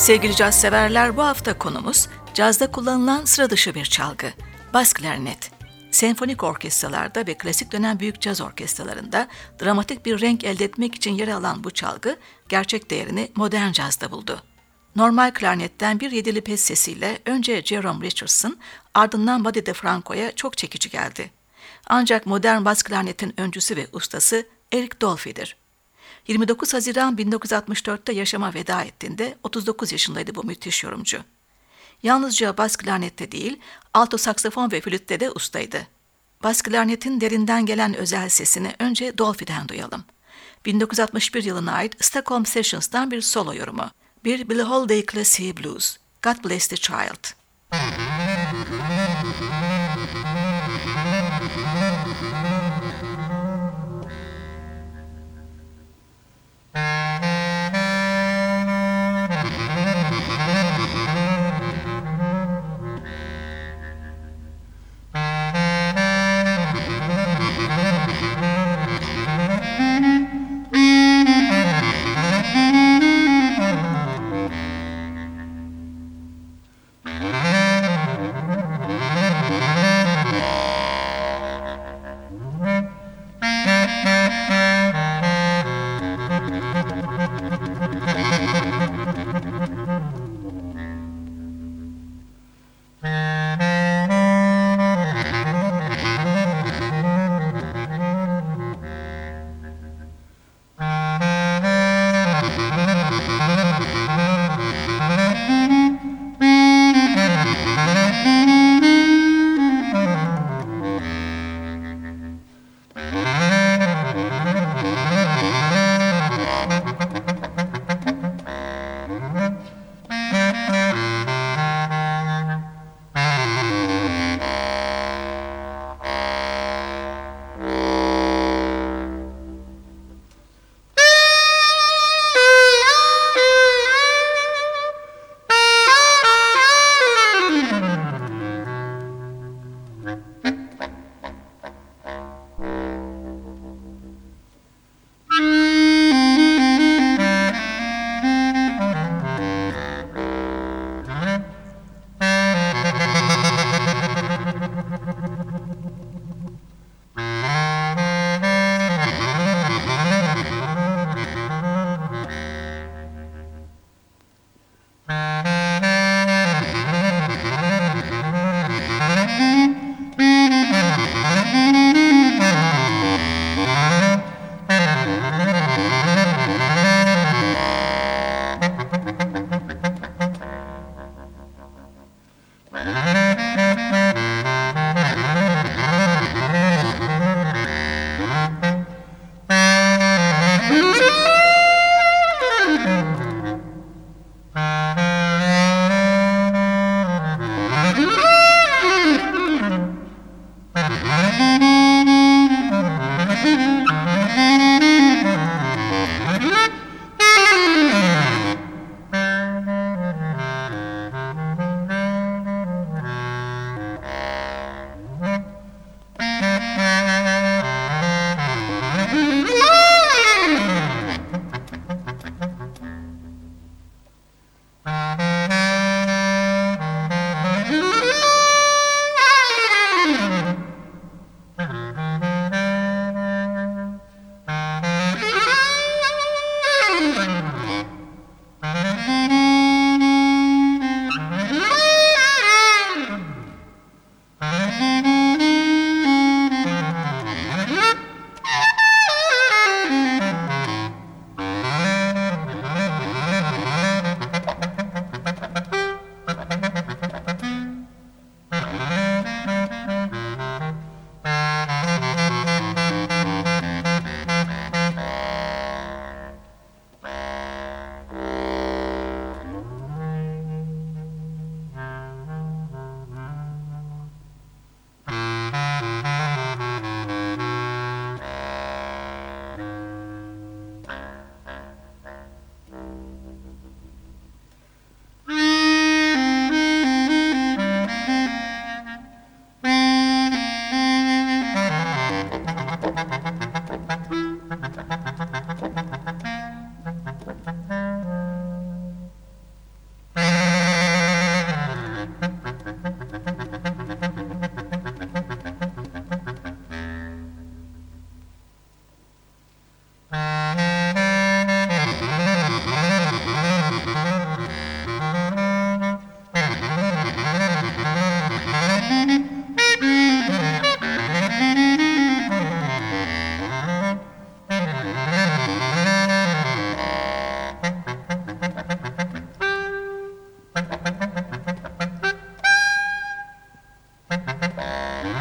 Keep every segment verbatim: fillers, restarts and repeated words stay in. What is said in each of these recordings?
Sevgili caz severler, bu hafta konumuz cazda kullanılan sıra dışı bir çalgı, bas klarnet. Senfonik orkestralarda ve klasik dönem büyük caz orkestralarında dramatik bir renk elde etmek için yer alan bu çalgı, gerçek değerini modern cazda buldu. Normal klarnetten bir yedili pes sesiyle önce Jerome Richardson, ardından Buddy DeFranco'ya çok çekici geldi. Ancak modern bas klarnetin öncüsü ve ustası Eric Dolphy'dir. yirmi dokuz Haziran bin dokuz yüz altmış dörtte yaşama veda ettiğinde otuz dokuz yaşındaydı bu müthiş yorumcu. Yalnızca bas klarnette değil, alto saksafon ve flütte de ustaydı. Bas klarnetin derinden gelen özel sesini önce Dolphy'den duyalım. bin dokuz yüz altmış bir yılına ait Stockholm Sessions'tan bir solo yorumu. Bir Billie Holiday klasiği blues, God Bless the Child.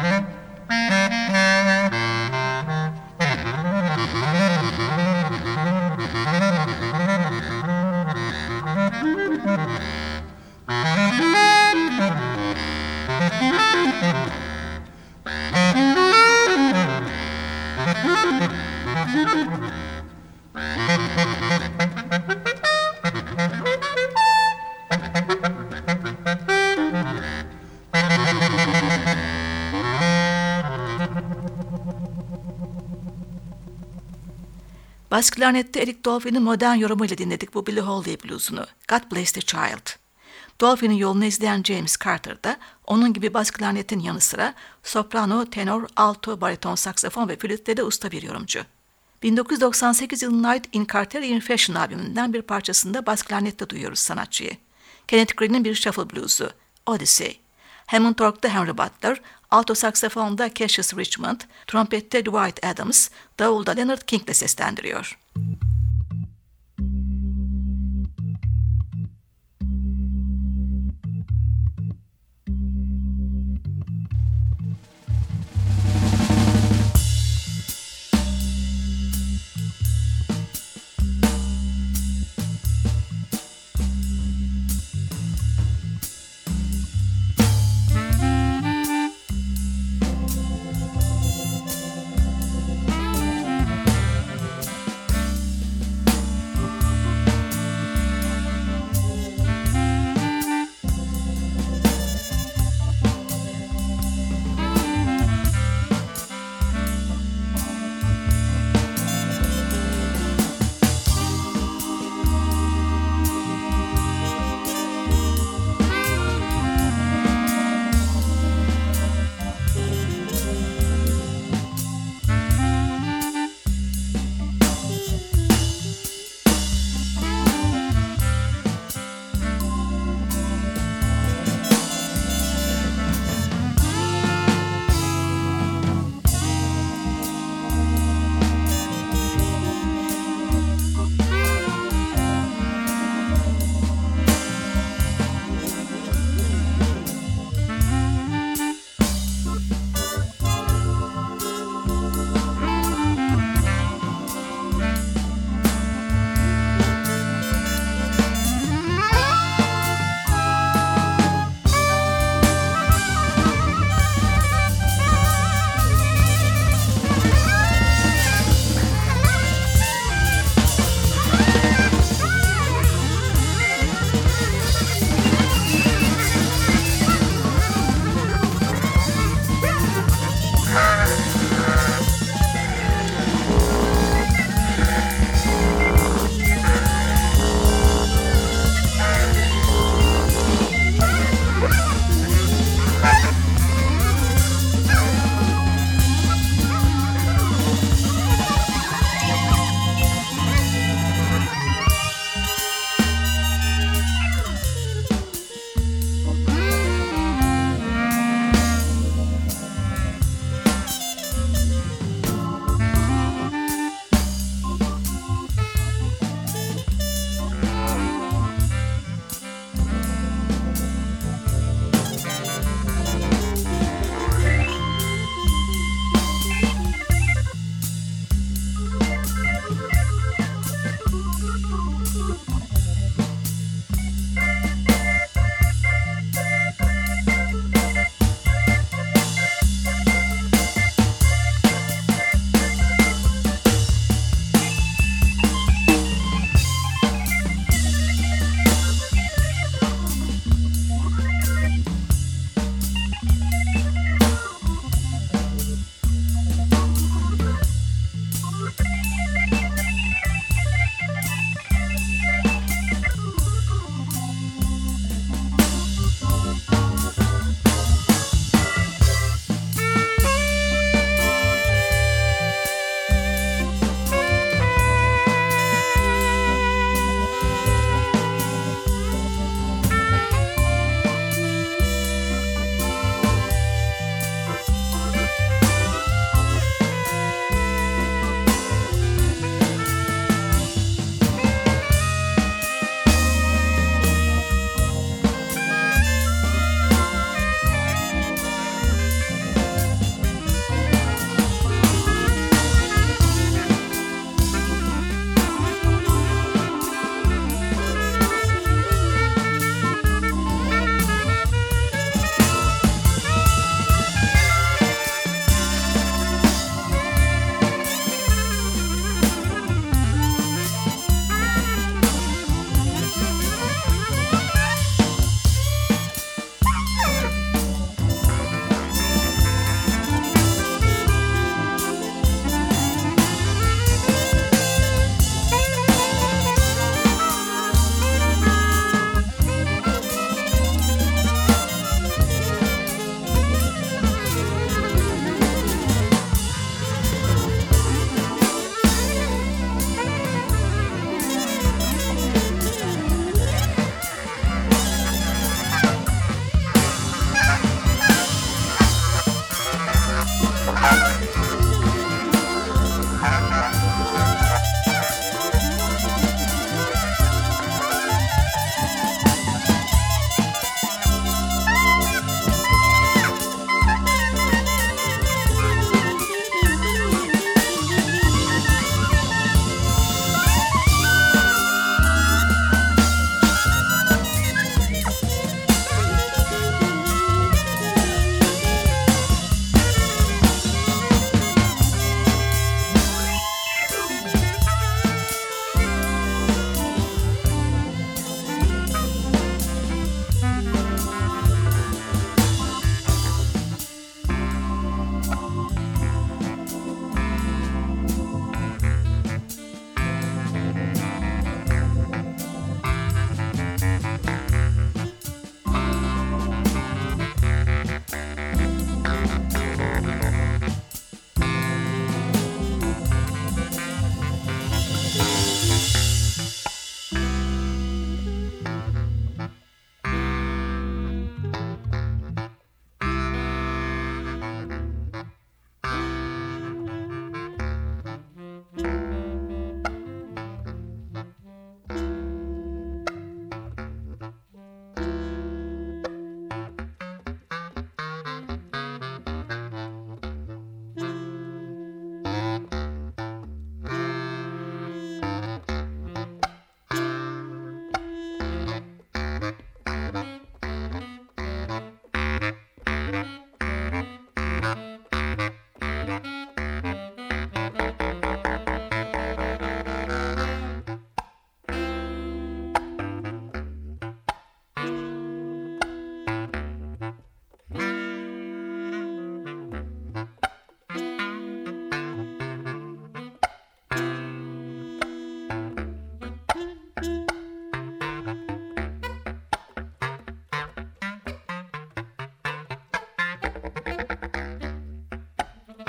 Bas klarnette Eric Dolphy'nin modern yorumuyla dinledik bu Billie Holiday bluesunu. God Bless the Child. Dolphy'nin yolunu izleyen James Carter da onun gibi bas klarnetin yanı sıra soprano, tenor, alto, bariton, saksafon ve flütte de usta bir yorumcu. bin dokuz yüz doksan sekiz yılının Night in Carterian Fashion albümünden bir parçasında bas klarnette duyuyoruz sanatçıyı. Kenneth Green'in bir shuffle bluesu, Odyssey. Hammond Org'da Henry Butler, alto saksafonda Cassius Richmond, trompette Dwight Adams, davulda Leonard King ile seslendiriyor.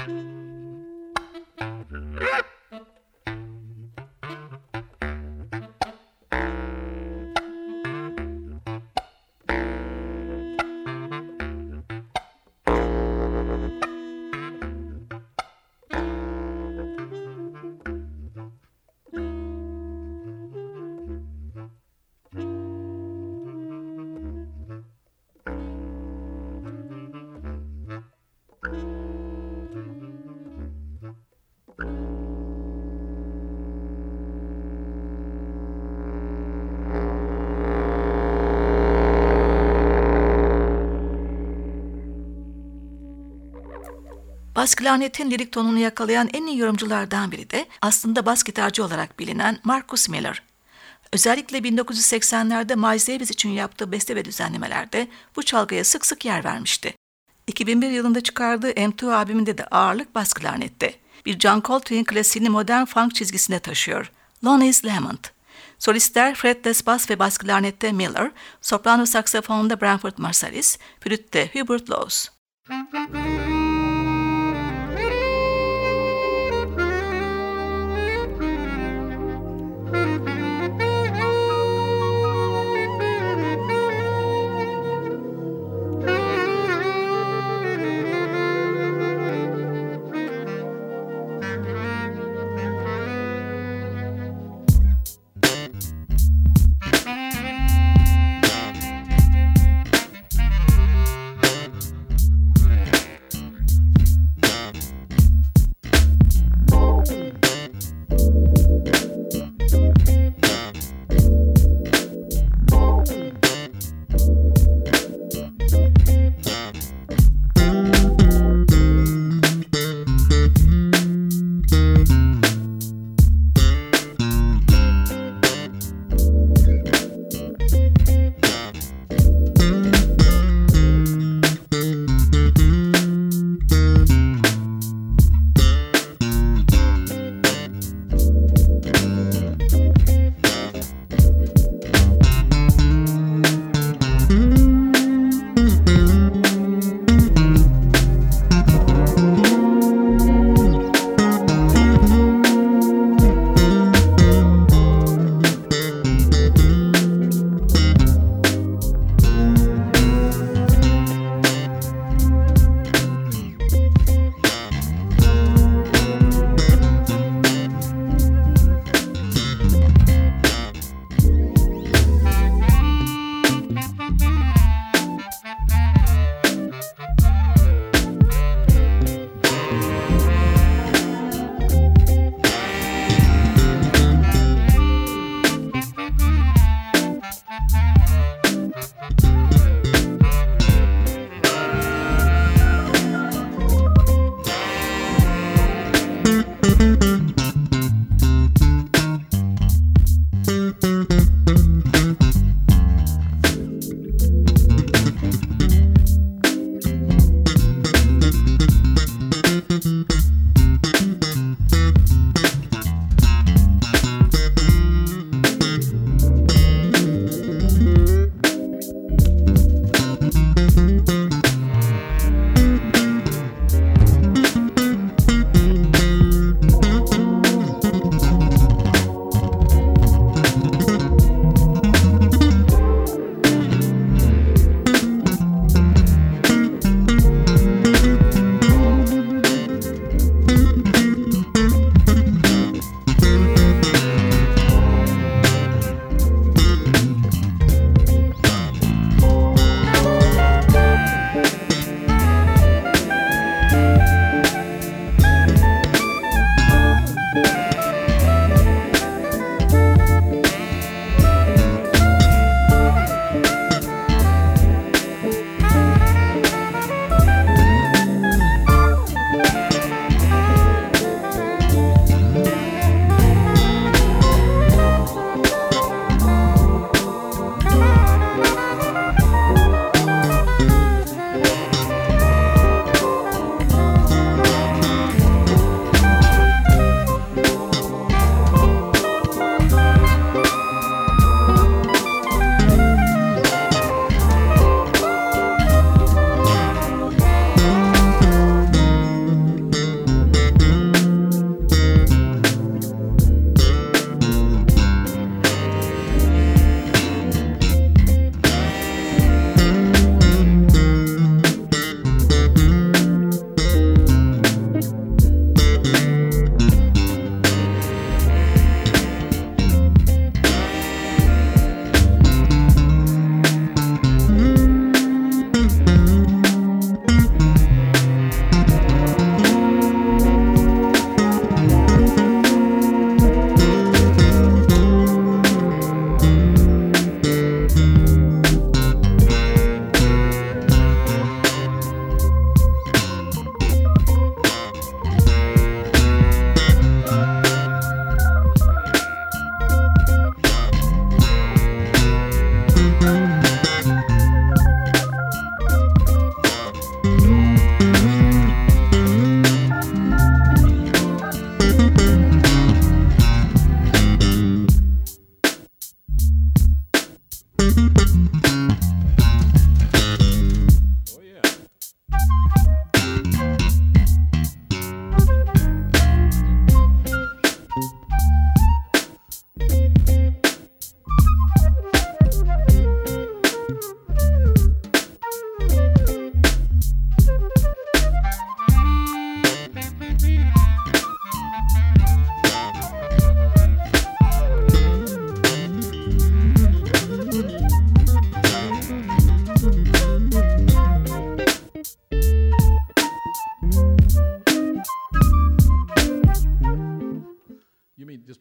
Bas klarnetin lirik tonunu yakalayan en iyi yorumculardan biri de aslında bas gitarcı olarak bilinen Marcus Miller. Özellikle bin dokuz yüz seksenlerde Miles Davis için yaptığı beste ve düzenlemelerde bu çalgıya sık sık yer vermişti. iki bin bir yılında çıkardığı M iki albümünde de ağırlık bas klarnette. Bir John Coltrane klasiğini modern funk çizgisine taşıyor. Lonely's Lament. Solistler fretless bas ve bas klarnette Miller, soprano saksafonda Branford Marsalis, flütte Hubert Laws.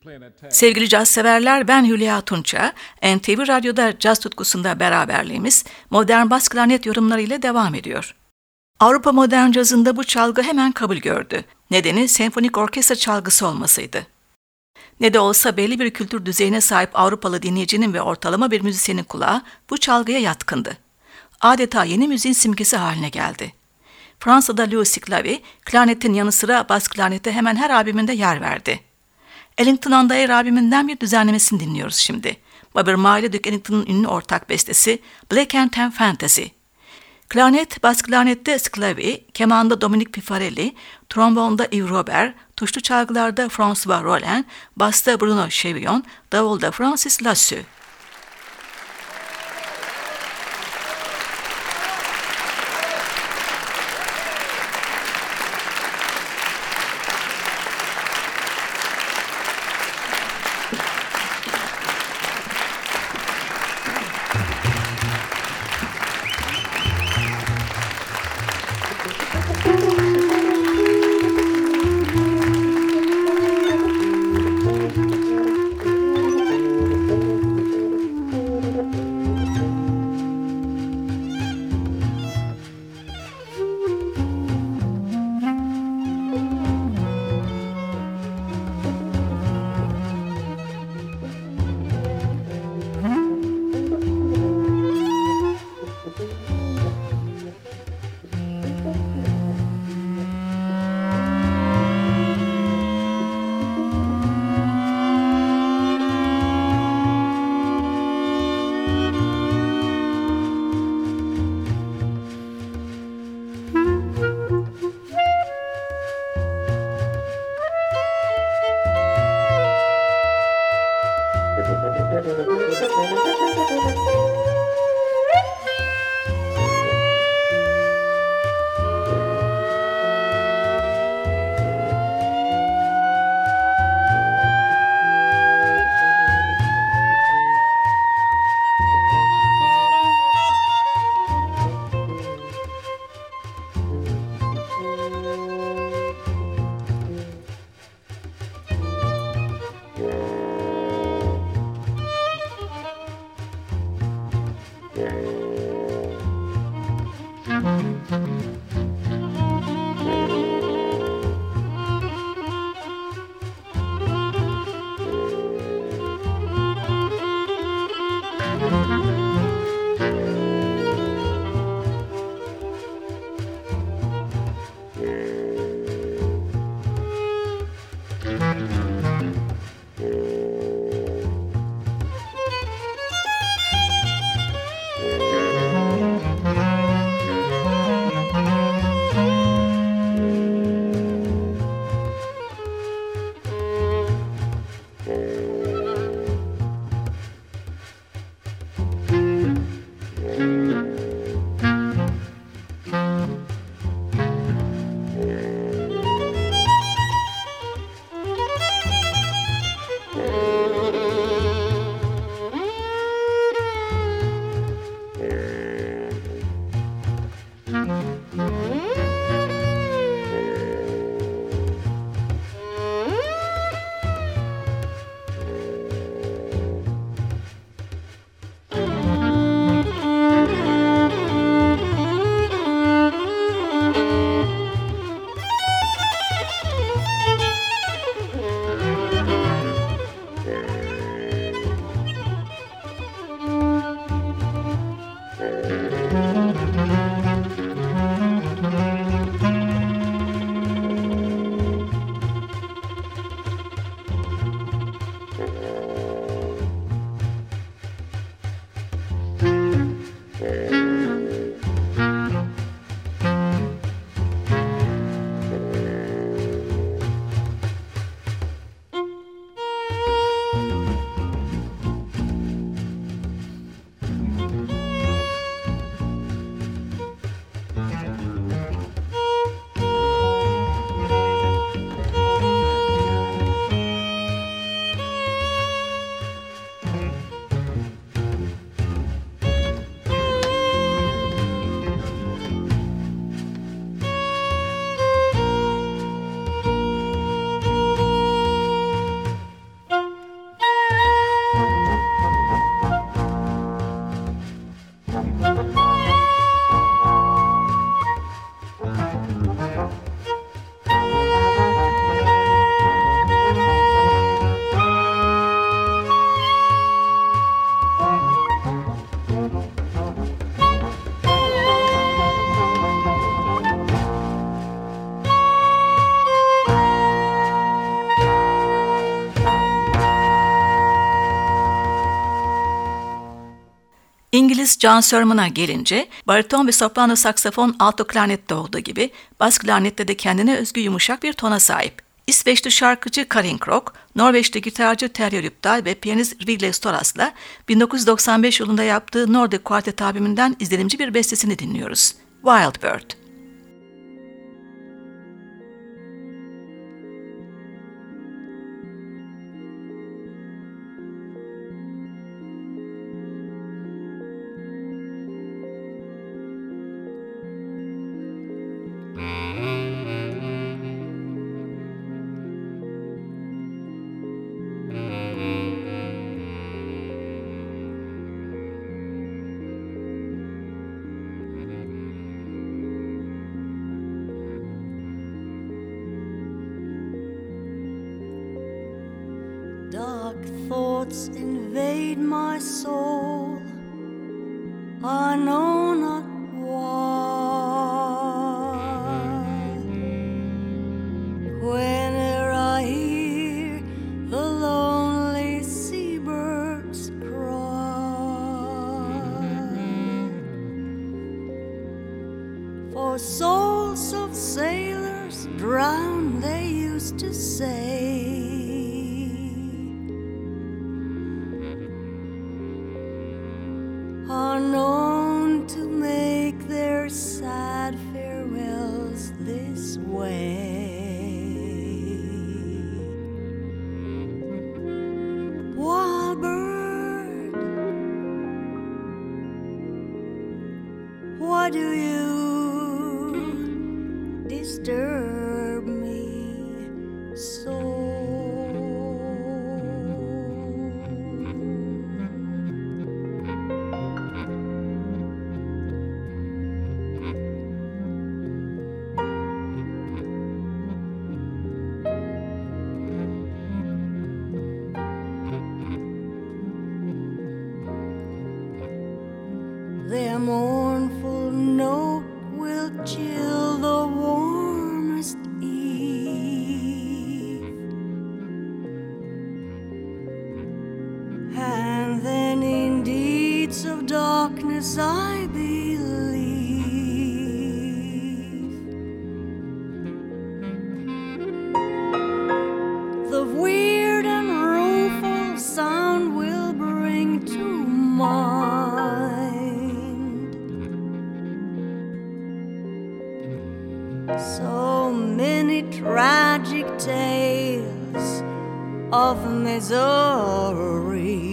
Sevgili caz severler, ben Hülya Tunça. N T V Radyo'da caz tutkusunda beraberliğimiz modern bas klarnet yorumlarıyla devam ediyor. Avrupa modern cazında bu çalgı hemen kabul gördü. Nedeni senfonik orkestra çalgısı olmasıydı. Ne de olsa belli bir kültür düzeyine sahip Avrupalı dinleyicinin ve ortalama bir müzisyenin kulağı bu çalgıya yatkındı. Adeta yeni müziğin simgesi haline geldi. Fransa'da Louis Clave, klarnetin yanı sıra bas klarnete hemen her albümünde yer verdi. Ellington and Air albümünden bir düzenlemesini dinliyoruz şimdi. Bobby Marley Duke Ellington'un ünlü ortak bestesi Black and Tan Fantasy. Klarnet, bas klarnette Sclavi, kemanda Dominique Pifarelli, trombonda Yves Robert, tuşlu çalgılarda François Rollin, basta Bruno Chevillon, davulda Francis Lassus. İngiliz John Sermon'a gelince, bariton ve soprano saksafon alto klarnette olduğu gibi bas klarnette de kendine özgü yumuşak bir tona sahip. İsveçli şarkıcı Karin Krok, Norveçli gitarcı Terje Rypdal ve piyanist Rigle Storas'la bin dokuz yüz doksan beş yılında yaptığı Nordic Quartet albümünden izlenimci bir bestesini dinliyoruz. Wild Bird. Dark thoughts invade my soul, I know not why. Whenever I hear the lonely seabirds cry, for souls of sailors drown, they used to say, are known to make their sad farewells this way. Wild bird, why do you disturb me so? Their mournful note will chill the warmest eve, and then in deeds of darkness I believe. The weird and rueful sound will bring to mind so many tragic tales of misery.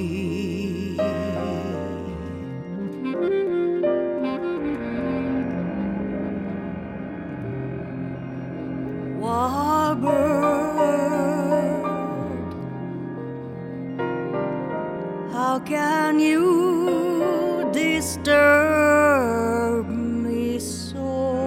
Wild bird, how can you disturb me so?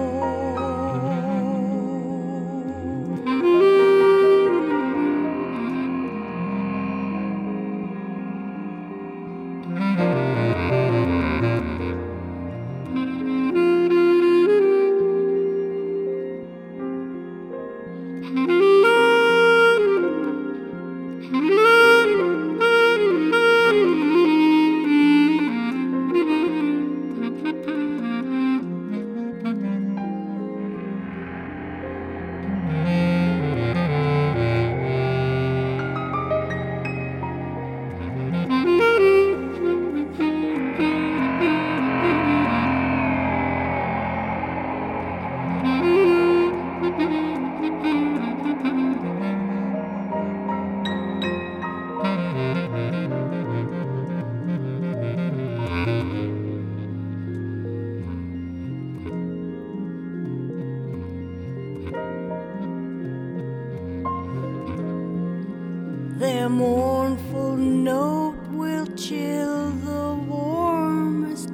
Their mournful note will chill the warmest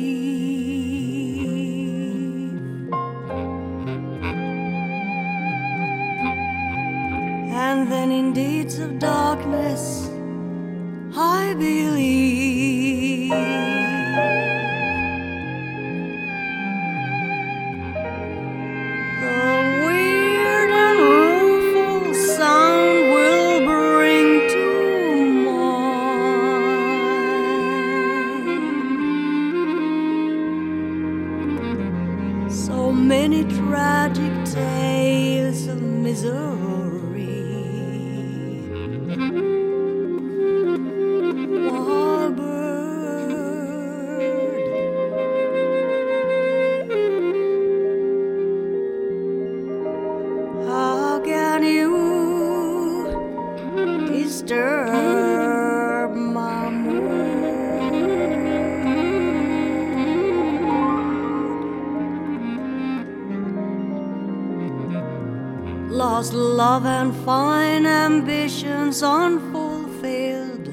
eve, and then in deeds of darkness I believe. The weird and rueful sound will bring to mind can you disturb my mood? Lost love and fine ambitions unfulfilled,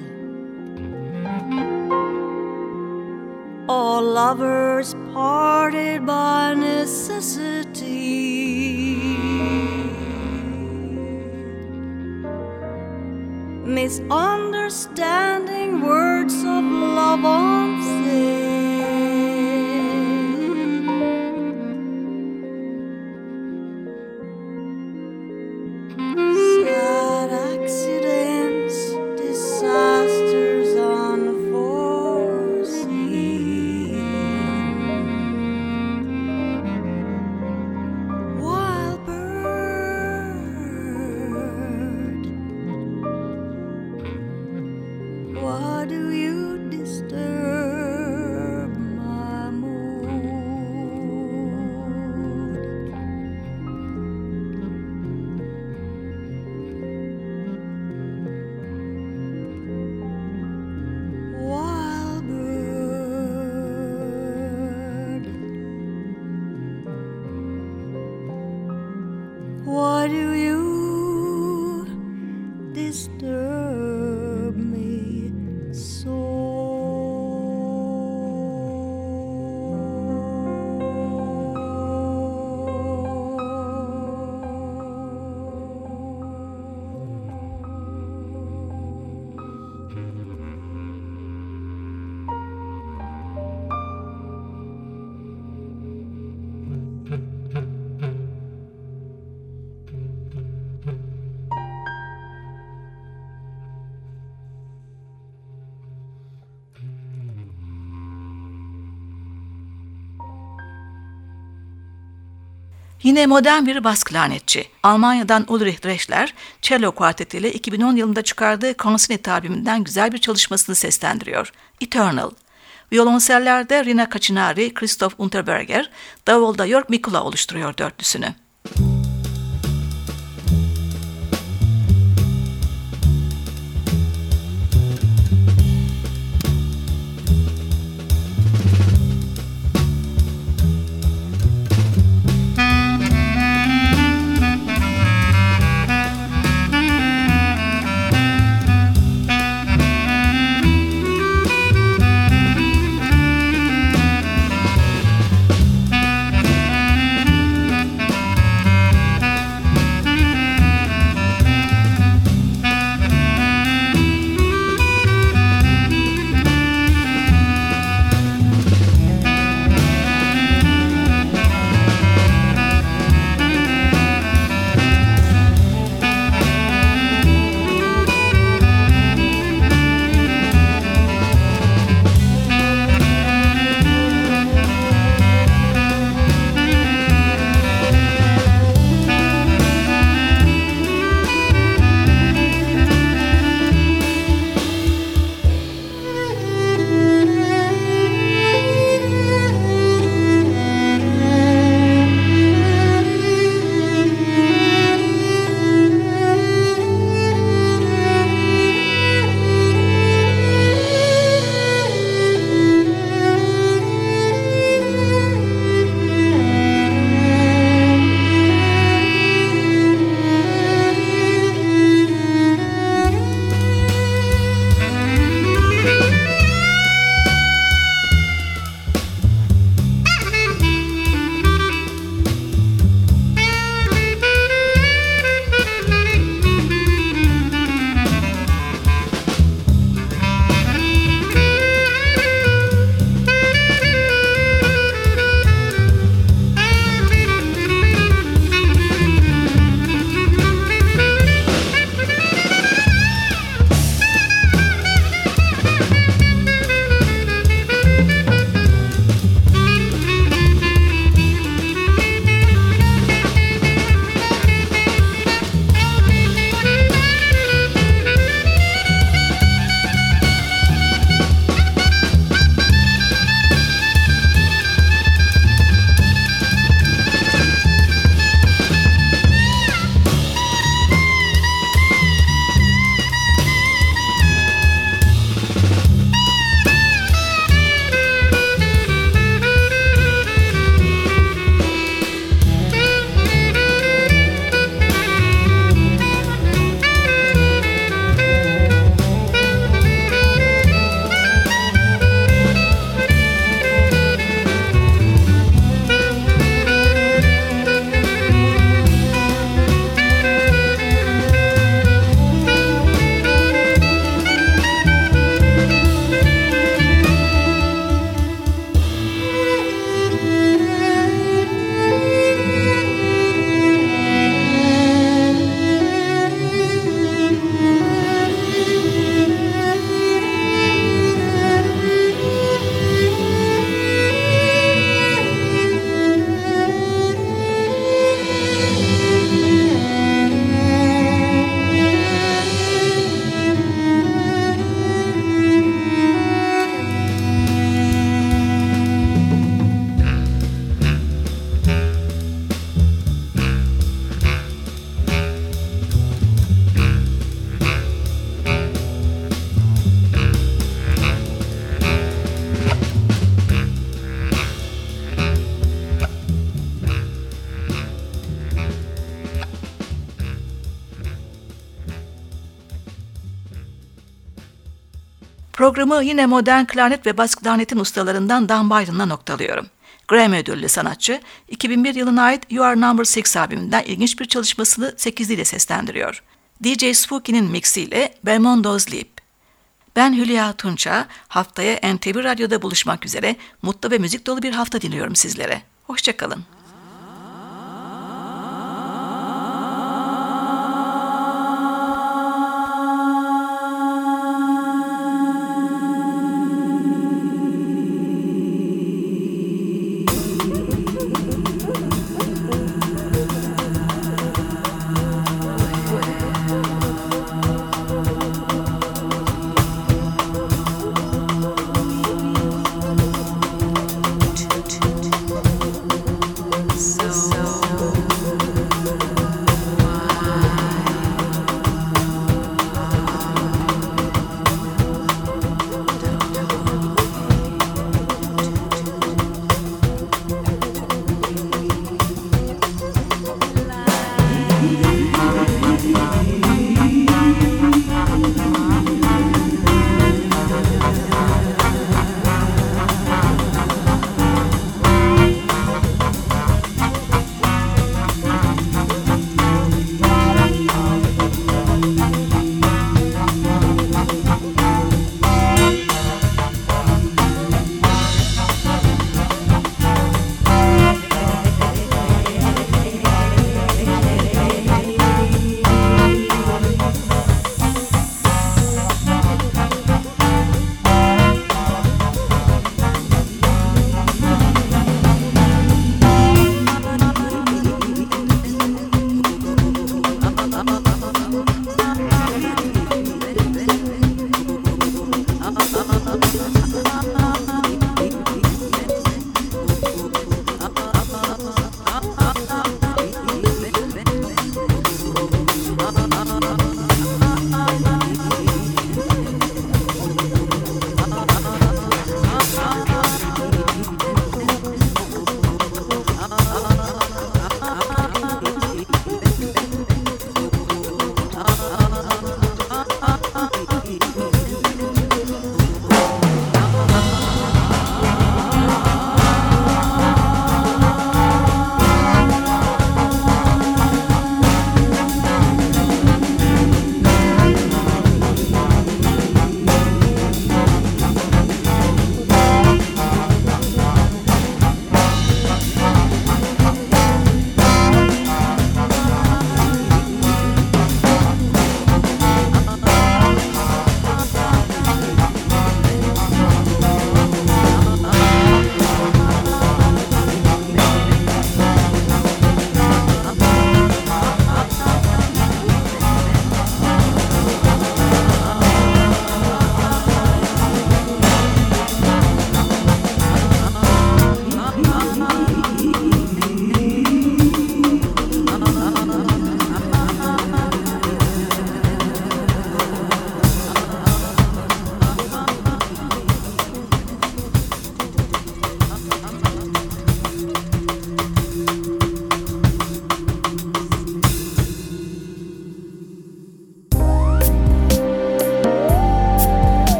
all lovers parted by necessity. Misunderstanding words of love unsaid. Sad accidents, disasters unforeseen. Wild bird, why do you disturb my mood? Wild bird, why do you disturb me so? Yine modern bir bas klarnetçi. Almanya'dan Ulrich Dreschler, cello kuartetiyle iki bin on yılında çıkardığı Consigny albümünden güzel bir çalışmasını seslendiriyor. Eternal. Violonsellerde Rina Kacinari, Christoph Unterberger, davulda Jörg Mikula oluşturuyor dörtlüsünü. Programı yine modern klarnet ve bas klarnetin ustalarından Dan Byron'la noktalıyorum. Grammy ödüllü sanatçı, iki bin bir yılına ait You Are Number Six albümünden ilginç bir çalışmasını sekizliyle seslendiriyor. D J Spooky'nin mixiyle Belmondo's Leap. Ben Hülya Tunça, haftaya N T V Radyo'da buluşmak üzere mutlu ve müzik dolu bir hafta diliyorum sizlere. Hoşçakalın. Thank you.